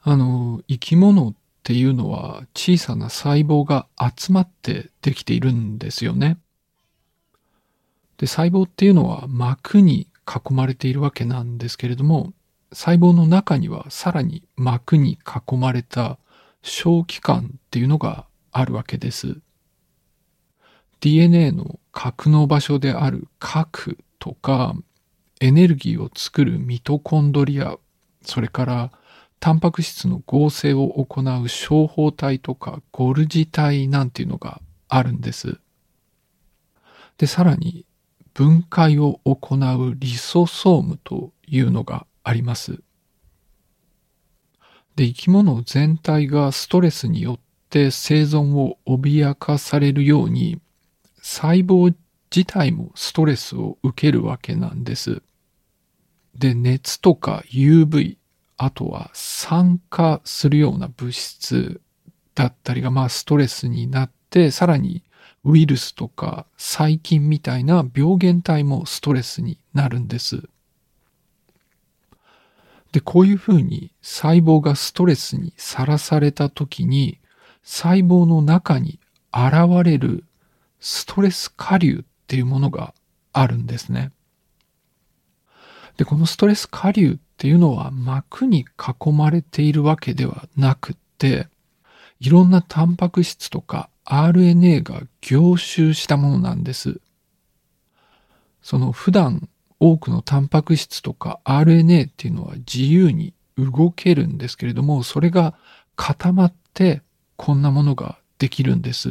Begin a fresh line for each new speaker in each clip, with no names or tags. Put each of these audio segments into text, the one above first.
生き物っていうのは小さな細胞が集まってできているんですよね。で、細胞っていうのは膜に囲まれているわけなんですけれども、細胞の中にはさらに膜に囲まれた小器官っていうのがあるわけです。DNA の格納場所である核とか、エネルギーを作るミトコンドリア、それからタンパク質の合成を行う小胞体とかゴルジ体なんていうのがあるんです。で、さらに分解を行うリソソームというのがあります。で、生き物全体がストレスによって生存を脅かされるように、細胞自体もストレスを受けるわけなんです。で、熱とか UV、あとは酸化するような物質だったりが、ストレスになって、さらにウイルスとか細菌みたいな病原体もストレスになるんです。で、こういうふうに細胞がストレスにさらされた時に、細胞の中に現れるストレス下流っていうものがあるんですね。で、このストレス下流っていうのは膜に囲まれているわけではなくって、いろんなタンパク質とか RNA が凝集したものなんです。その普段多くのタンパク質とか RNA っていうのは自由に動けるんですけれども、それが固まってこんなものができるんです。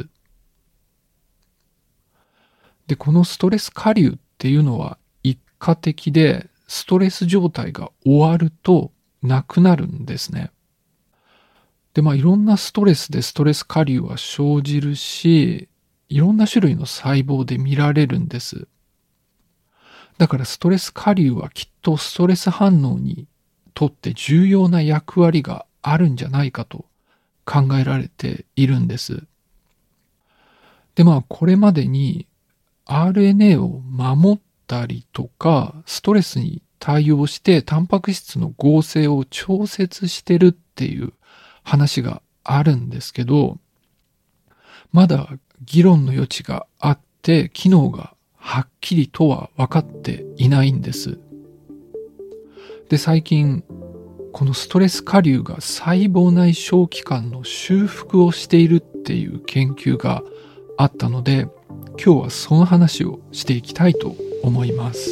で、このストレス下流っていうのは一過的で、ストレス状態が終わるとなくなるんですね。で、いろんなストレスでストレス下流は生じるし、いろんな種類の細胞で見られるんです。だからストレス下流はきっとストレス反応にとって重要な役割があるんじゃないかと考えられているんです。で、これまでに RNA を守ったりとか、ストレスに対応してタンパク質の合成を調節してるっていう話があるんですけど、まだ議論の余地があって、機能がはっきりとは分かっていないんです。で、最近、このストレス下流が細胞内小器官の修復をしているっていう研究があったので、今日はその話をしていきたいと思います。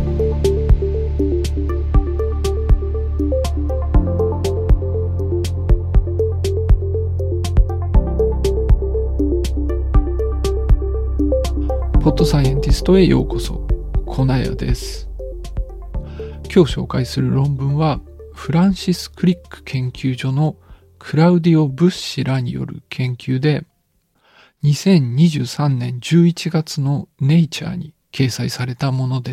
ポッドサイエンティストへようこそ、コナヤです。今日紹介する論文は、フランシス・クリック研究所のクラウディオ・ブッシらによる研究で、2023年11月のネイチャーに掲載されたものです。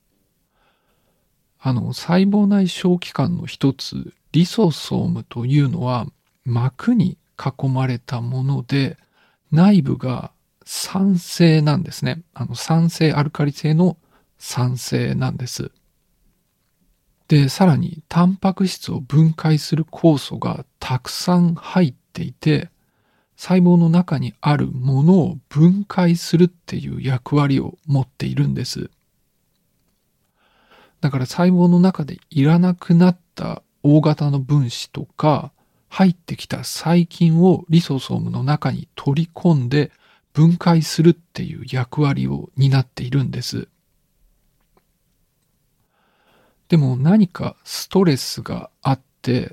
細胞内小器官の一つ、リソソームというのは膜に囲まれたもので、内部が酸性なんですね。酸性アルカリ性の酸性なんです。で、さらにタンパク質を分解する酵素がたくさん入っていて、細胞の中にあるものを分解するっていう役割を持っているんです。だから細胞の中でいらなくなった大型の分子とか、入ってきた細菌をリソソームの中に取り込んで分解するっていう役割を担っているんです。でも何かストレスがあって、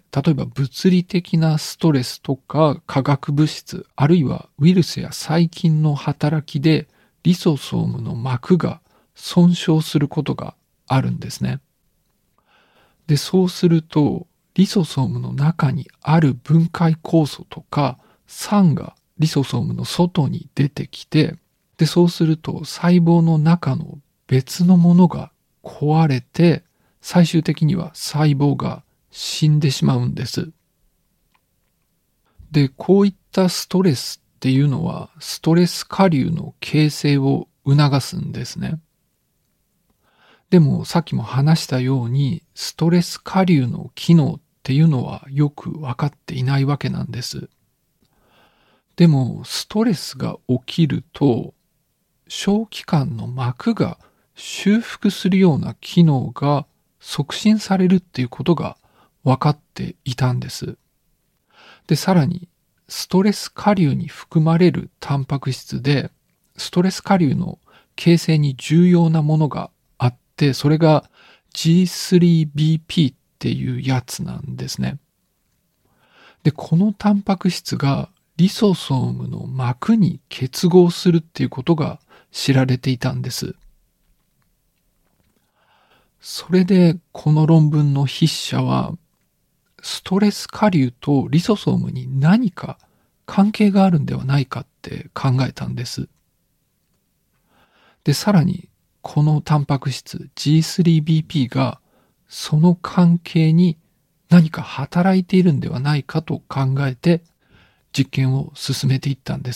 例えば物理的なストレスとか化学物質、あるいはウイルスや細菌の働きでリソソームの膜が損傷することがあるんですね。で、そうするとリソソームの中にある分解酵素とか酸がリソソームの外に出てきて、で、そうすると細胞の中の別のものが壊れて、最終的には細胞が死んでしまうんです。で、こういったストレスっていうのは、ストレス下流の形成を促すんですね。でも、さっきも話したように、ストレス下流の機能っっていうのはよく分かっていないわけなんです。でも、ストレスが起きると、小気管の膜が修復するような機能が促進されるっていうことが分かっていたんです。で、さらに、ストレス下流に含まれるタンパク質で、ストレス下流の形成に重要なものがあって、それが G3BP っていうやつなんですね。で、このタンパク質がリソソームの膜に結合するっていうことが知られていたんです。それで、この論文の筆者は、ストレス下流とリソソームに何か関係があるんではないかって考えたんです。で、さらに、このタンパク質 G3BP がその関係に何か働いているんではないかと考えて実験を進めていったんです。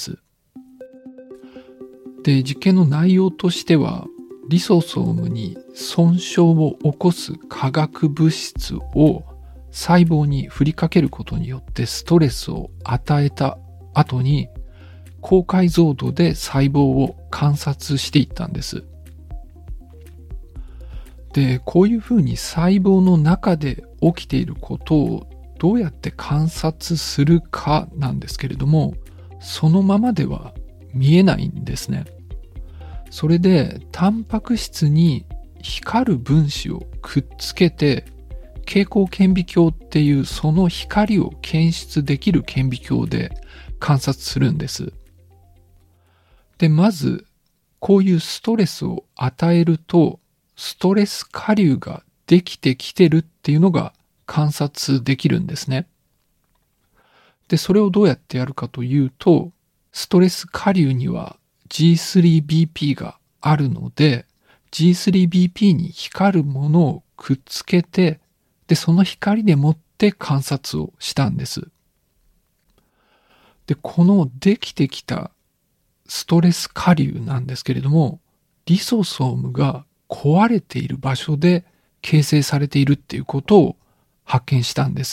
で、実験の内容としては、リソソームに損傷を起こす化学物質を細胞に振りかけることによってストレスを与えた後に高解像度で細胞を観察していったんです。で、こういうふうに細胞の中で起きていることをどうやって観察するかなんですけれども、そのままでは見えないんですね。それで、タンパク質に光る分子をくっつけて、蛍光顕微鏡っていうその光を検出できる顕微鏡で観察するんです。で、まず、こういうストレスを与えると、ストレス下流ができてきてるっていうのが観察できるんですね。で、それをどうやってやるかというと、ストレス下流には G3BP があるので、G3BP に光るものをくっつけて、で、その光でもって観察をしたんです。で、このできてきたストレス下流なんですけれども、リソソームが壊れている場所で形成されているっていうことを発見したんです。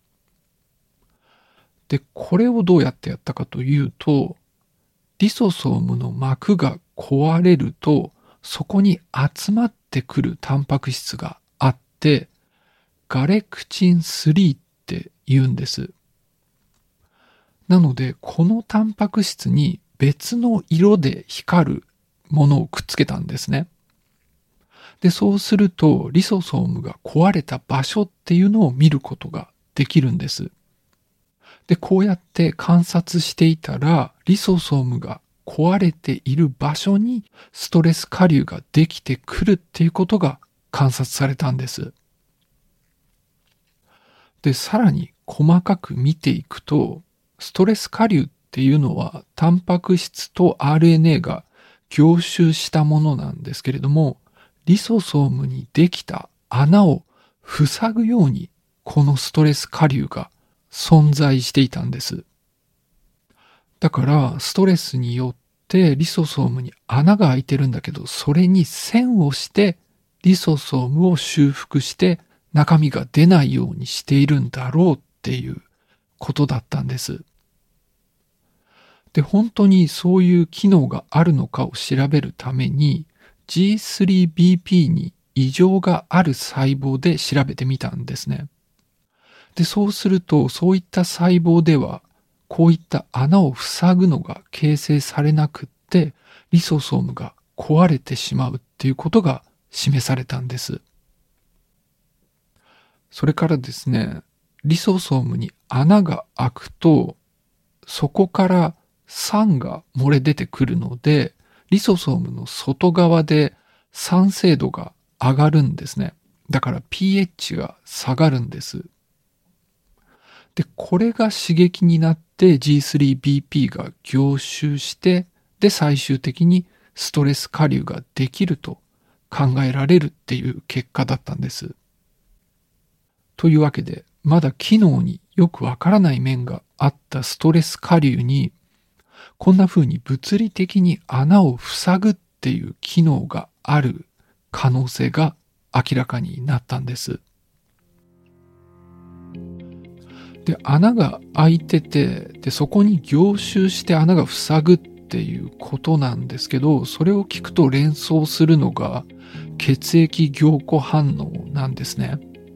で、これをどうやってやったかというと、リソソームの膜が壊れると、そこに集まってくるタンパク質があって、ガレクチン3って言うんです。なので、このタンパク質に別の色で光るものをくっつけたんですね。で、そうすると、リソソームが壊れた場所っていうのを見ることができるんです。で、こうやって観察していたら、リソソームが壊れている場所にストレス下流ができてくるっていうことが観察されたんです。で、さらに細かく見ていくと、ストレス下流っていうのは、タンパク質と RNA が凝集したものなんですけれども、リソソームにできた穴を塞ぐように、このストレス下流が存在していたんです。だから、ストレスによってリソソームに穴が開いてるんだけど、それに栓をして、リソソームを修復して中身が出ないようにしているんだろうっていうことだったんです。で、本当にそういう機能があるのかを調べるために G3BP に異常がある細胞で調べてみたんですね。で、そうすると、そういった細胞では、こういった穴を塞ぐのが形成されなくって、リソソームが壊れてしまうっていうことが示されたんです。それからですね、リソソームに穴が開くと、そこから酸が漏れ出てくるので、リソソームの外側で酸性度が上がるんですね。だから pH が下がるんです。で、これが刺激になって G3BP が凝集して、で、最終的にストレス下流ができると考えられるっていう結果だったんです。というわけで、まだ機能によくわからない面があったストレス下流に、こんな風に物理的に穴を塞ぐっていう機能がある可能性が明らかになったんです。 で、穴が開いてて、で、そこに凝集して穴が塞ぐっていうことなんですけど、それを聞くと連想するのが血液凝固反応なんですね。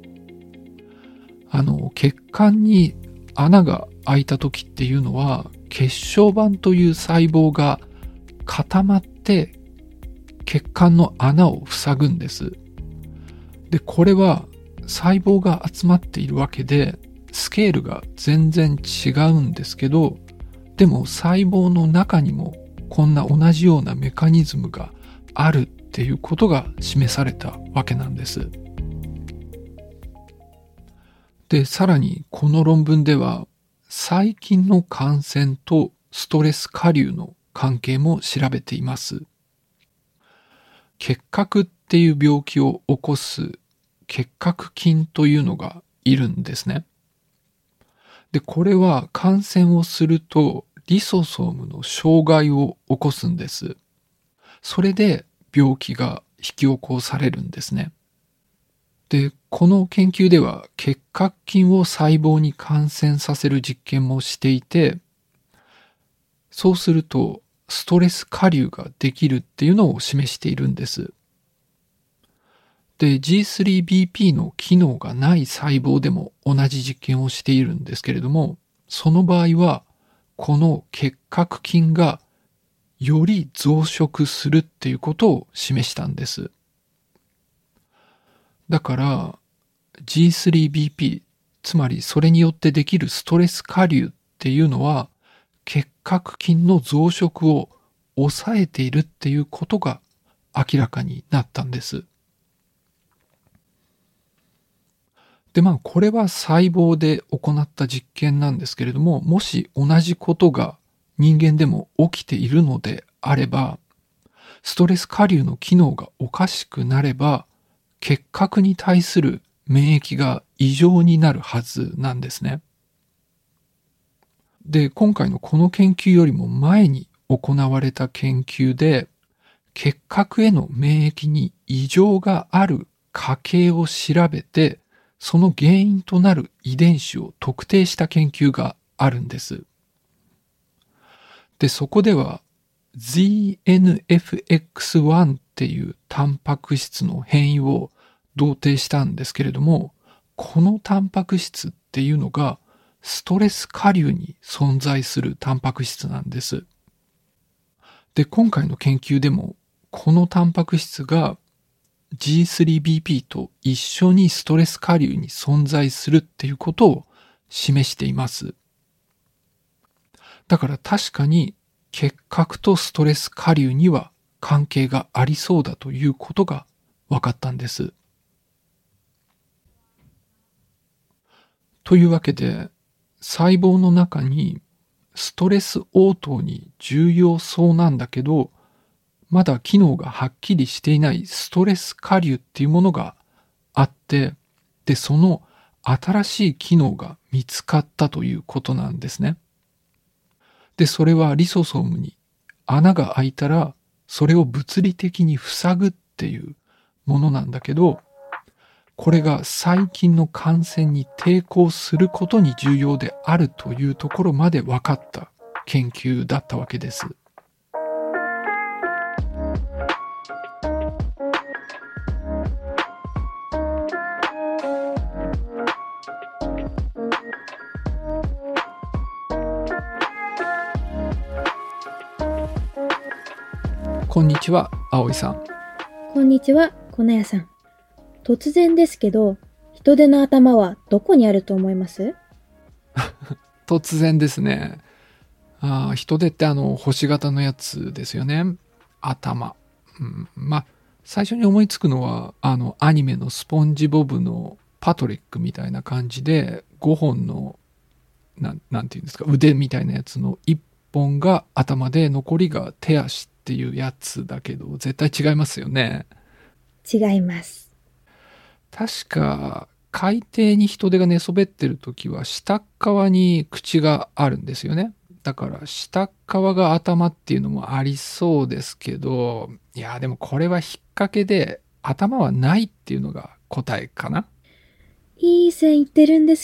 血管に穴が開いた時っていうのは、血小板という細胞が固まって血管の穴を塞ぐんです。で、これは細胞が集まっているわけで、スケールが全然違うんですけど、でも細胞の中にもこんな同じようなメカニズムがあるっていうことが示されたわけなんです。で、さらにこの論文では、細菌の感染とストレス下流の関係も調べています。結核っていう病気を起こす結核菌というのがいるんですね。で、これは感染をするとリソソームの障害を起こすんです。それで病気が引き起こされるんですね。で、この研究では結核菌を細胞に感染させる実験もしていて、そうするとストレス下流ができるっていうのを示しているんです。で、G3BP の機能がない細胞でも同じ実験をしているんですけれども、その場合はこの結核菌がより増殖するっていうことを示したんです。だから G3BP、つまりそれによってできるストレス下流っていうのは結核菌の増殖を抑えているっていうことが明らかになったんです。で、これは細胞で行った実験なんですけれども、もし同じことが人間でも起きているのであれば、ストレス下流の機能がおかしくなれば、結核に対する免疫が異常になるはずなんですね。で、今回のこの研究よりも前に行われた研究で、結核への免疫に異常がある家系を調べて、その原因となる遺伝子を特定した研究があるんです。で、そこでは ZNFX1 っていうタンパク質の変異を同定したんですけれども、このタンパク質っていうのがストレス下流に存在するタンパク質なんです。で、今回の研究でもこのタンパク質が G3BP と一緒にストレス下流に存在するっていうことを示しています。だから確かに結核とストレス下流には関係がありそうだということが分かったんです。というわけで、細胞の中にストレス応答に重要そうなんだけど、まだ機能がはっきりしていないストレス下流っていうものがあって、で、その新しい機能が見つかったということなんですね。で、それはリソソームに穴が開いたら、それを物理的に塞ぐっていうものなんだけど、これが細菌の感染に抵抗することに重要であるというところまで分かった研究だったわけです。こんにちは、葵さん。
こんにちは、粉屋さん。突然ですけど、人手の頭はどこにあると思います？
突然ですね。人手って星型のやつですよね。頭。最初に思いつくのは、アニメのスポンジボブのパトリックみたいな感じで、5本の、なんていうんですか、腕みたいなやつの1本が頭で、残りが手足っていうやつだけど、絶対違いますよね。
違います。
確か、海底に人手が寝そべってるときは、下っ側に口があるんですよね。だから、下っ側が頭っていうのもありそうですけど、いや、でもこれは引っ掛けで、頭はないっていうのが答えかな。
いい線いってるんですけど、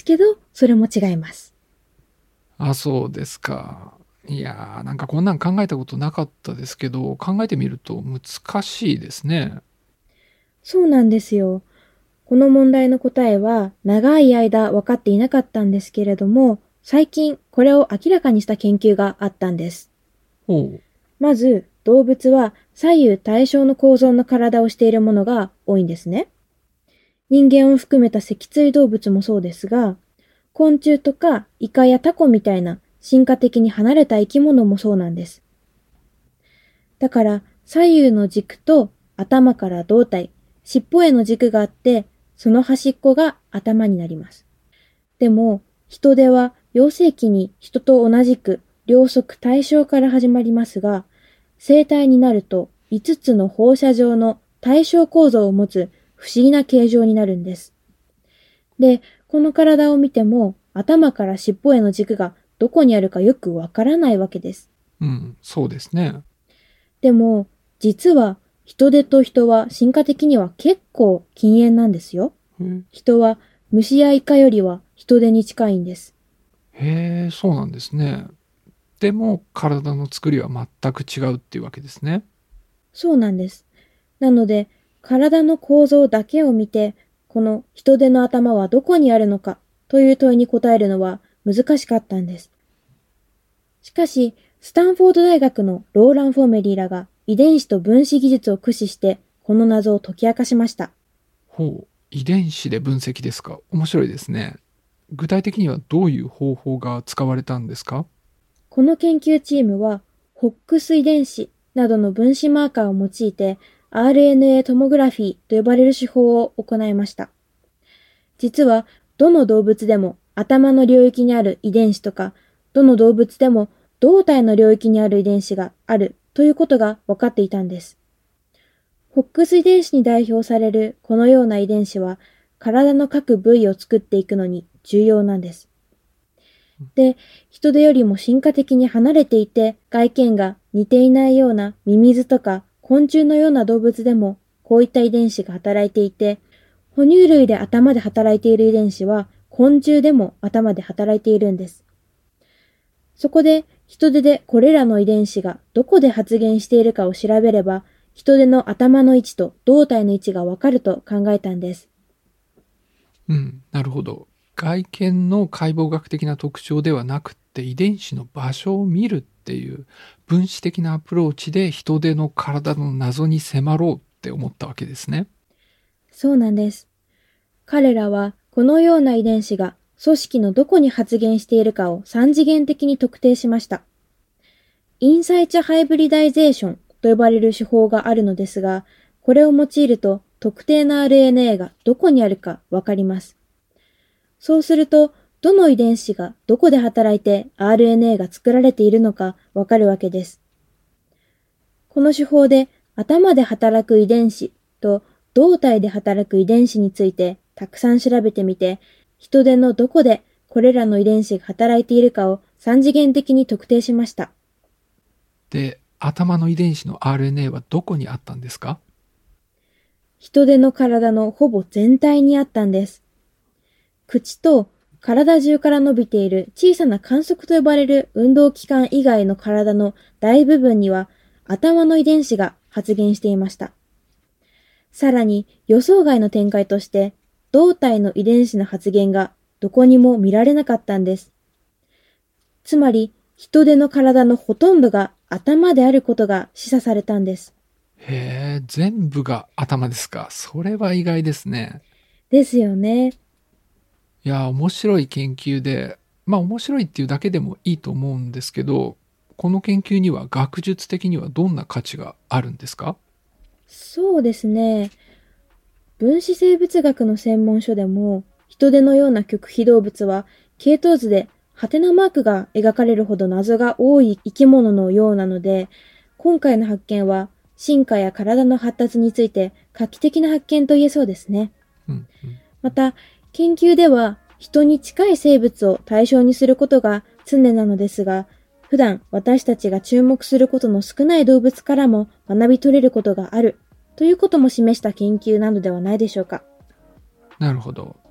それも違います。
あ、そうですか。いやー、なんかこんなん考えたことなかったですけど、考えてみると難しいですね。
そうなんですよ。この問題の答えは長い間分かっていなかったんですけれども、最近これを明らかにした研究があったんです。
ほう。
まず、動物は左右対称の構造の体をしているものが多いんですね。人間を含めた脊椎動物もそうですが、昆虫とかイカやタコみたいな進化的に離れた生き物もそうなんです。だから左右の軸と頭から胴体、尻尾への軸があって、その端っこが頭になります。でも、人手は幼生期に人と同じく両側対称から始まりますが、生体になると5つの放射状の対称構造を持つ不思議な形状になるんです。で、この体を見ても頭から尻尾への軸がどこにあるかよくわからないわけです。
うん、そうですね。
でも、実は人手と人は進化的には結構近縁なんですよ。人は虫やイカよりは人手に近いんです。
へえ、そうなんですね。でも、体の作りは全く違うっていうわけですね。
そうなんです。なので、体の構造だけを見て、この人手の頭はどこにあるのかという問いに答えるのは難しかったんです。しかし、スタンフォード大学のローラン・フォーメリーらが遺伝子と分子技術を駆使して、この謎を解き明かしました。
ほう。遺伝子で分析ですか。面白いですね。具体的にはどういう方法が使われたんですか？
この研究チームは、ホックス遺伝子などの分子マーカーを用いて、RNA トモグラフィーと呼ばれる手法を行いました。実は、どの動物でも頭の領域にある遺伝子とか、どの動物でも胴体の領域にある遺伝子があるということが分かっていたんです。ホックス遺伝子に代表されるこのような遺伝子は、体の各部位を作っていくのに重要なんです。で、人手よりも進化的に離れていて、外見が似ていないようなミミズとか昆虫のような動物でも、こういった遺伝子が働いていて、哺乳類で頭で働いている遺伝子は、昆虫でも頭で働いているんです。そこで、人手でこれらの遺伝子がどこで発現しているかを調べれば、人手の頭の位置と胴体の位置がわかると考えたんです。
うん、なるほど。外見の解剖学的な特徴ではなくって遺伝子の場所を見るっていう分子的なアプローチで人手の体の謎に迫ろうって思ったわけですね。
そうなんです。彼らはこのような遺伝子が組織のどこに発現しているかを三次元的に特定しました。インサイチハイブリダイゼーションと呼ばれる手法があるのですが、これを用いると特定の RNA がどこにあるかわかります。そうすると、どの遺伝子がどこで働いて RNA が作られているのかわかるわけです。この手法で頭で働く遺伝子と胴体で働く遺伝子についてたくさん調べてみて、人手のどこでこれらの遺伝子が働いているかを三次元的に特定しました。
で、頭の遺伝子の RNA はどこにあったんですか？
人手の体のほぼ全体にあったんです。口と体中から伸びている小さな管足と呼ばれる運動器官以外の体の大部分には頭の遺伝子が発現していました。さらに予想外の展開として胴体の遺伝子の発現がどこにも見られなかったんです。つまり人手の体のほとんどが頭であることが示唆されたんです。
へえ、全部が頭ですか。それは意外ですね。
ですよね。
いや、面白い研究で、まあ面白いっていうだけでもいいと思うんですけど、この研究には学術的にはどんな価値があるんですか？
そうですね。分子生物学の専門書でも、人手のような極秘動物は、系統図でハテナマークが描かれるほど謎が多い生き物のようなので、今回の発見は、進化や体の発達について画期的な発見と言えそうですね。
うんうん。
また、研究では人に近い生物を対象にすることが常なのですが、普段私たちが注目することの少ない動物からも学び取れることがあるということも示した研究なのではないでしょうか。
なるほど。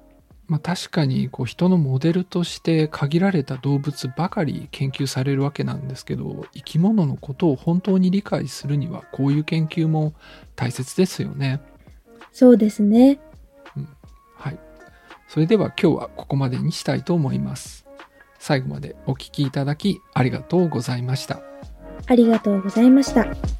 確かに人のモデルとして限られた動物ばかり研究されるわけなんですけど、生き物のことを本当に理解するにはこういう研究も大切ですよね。
そうですね。
はい。それでは今日はここまでにしたいと思います。最後までお聞きいただきありがとうございました。
ありがとうございました。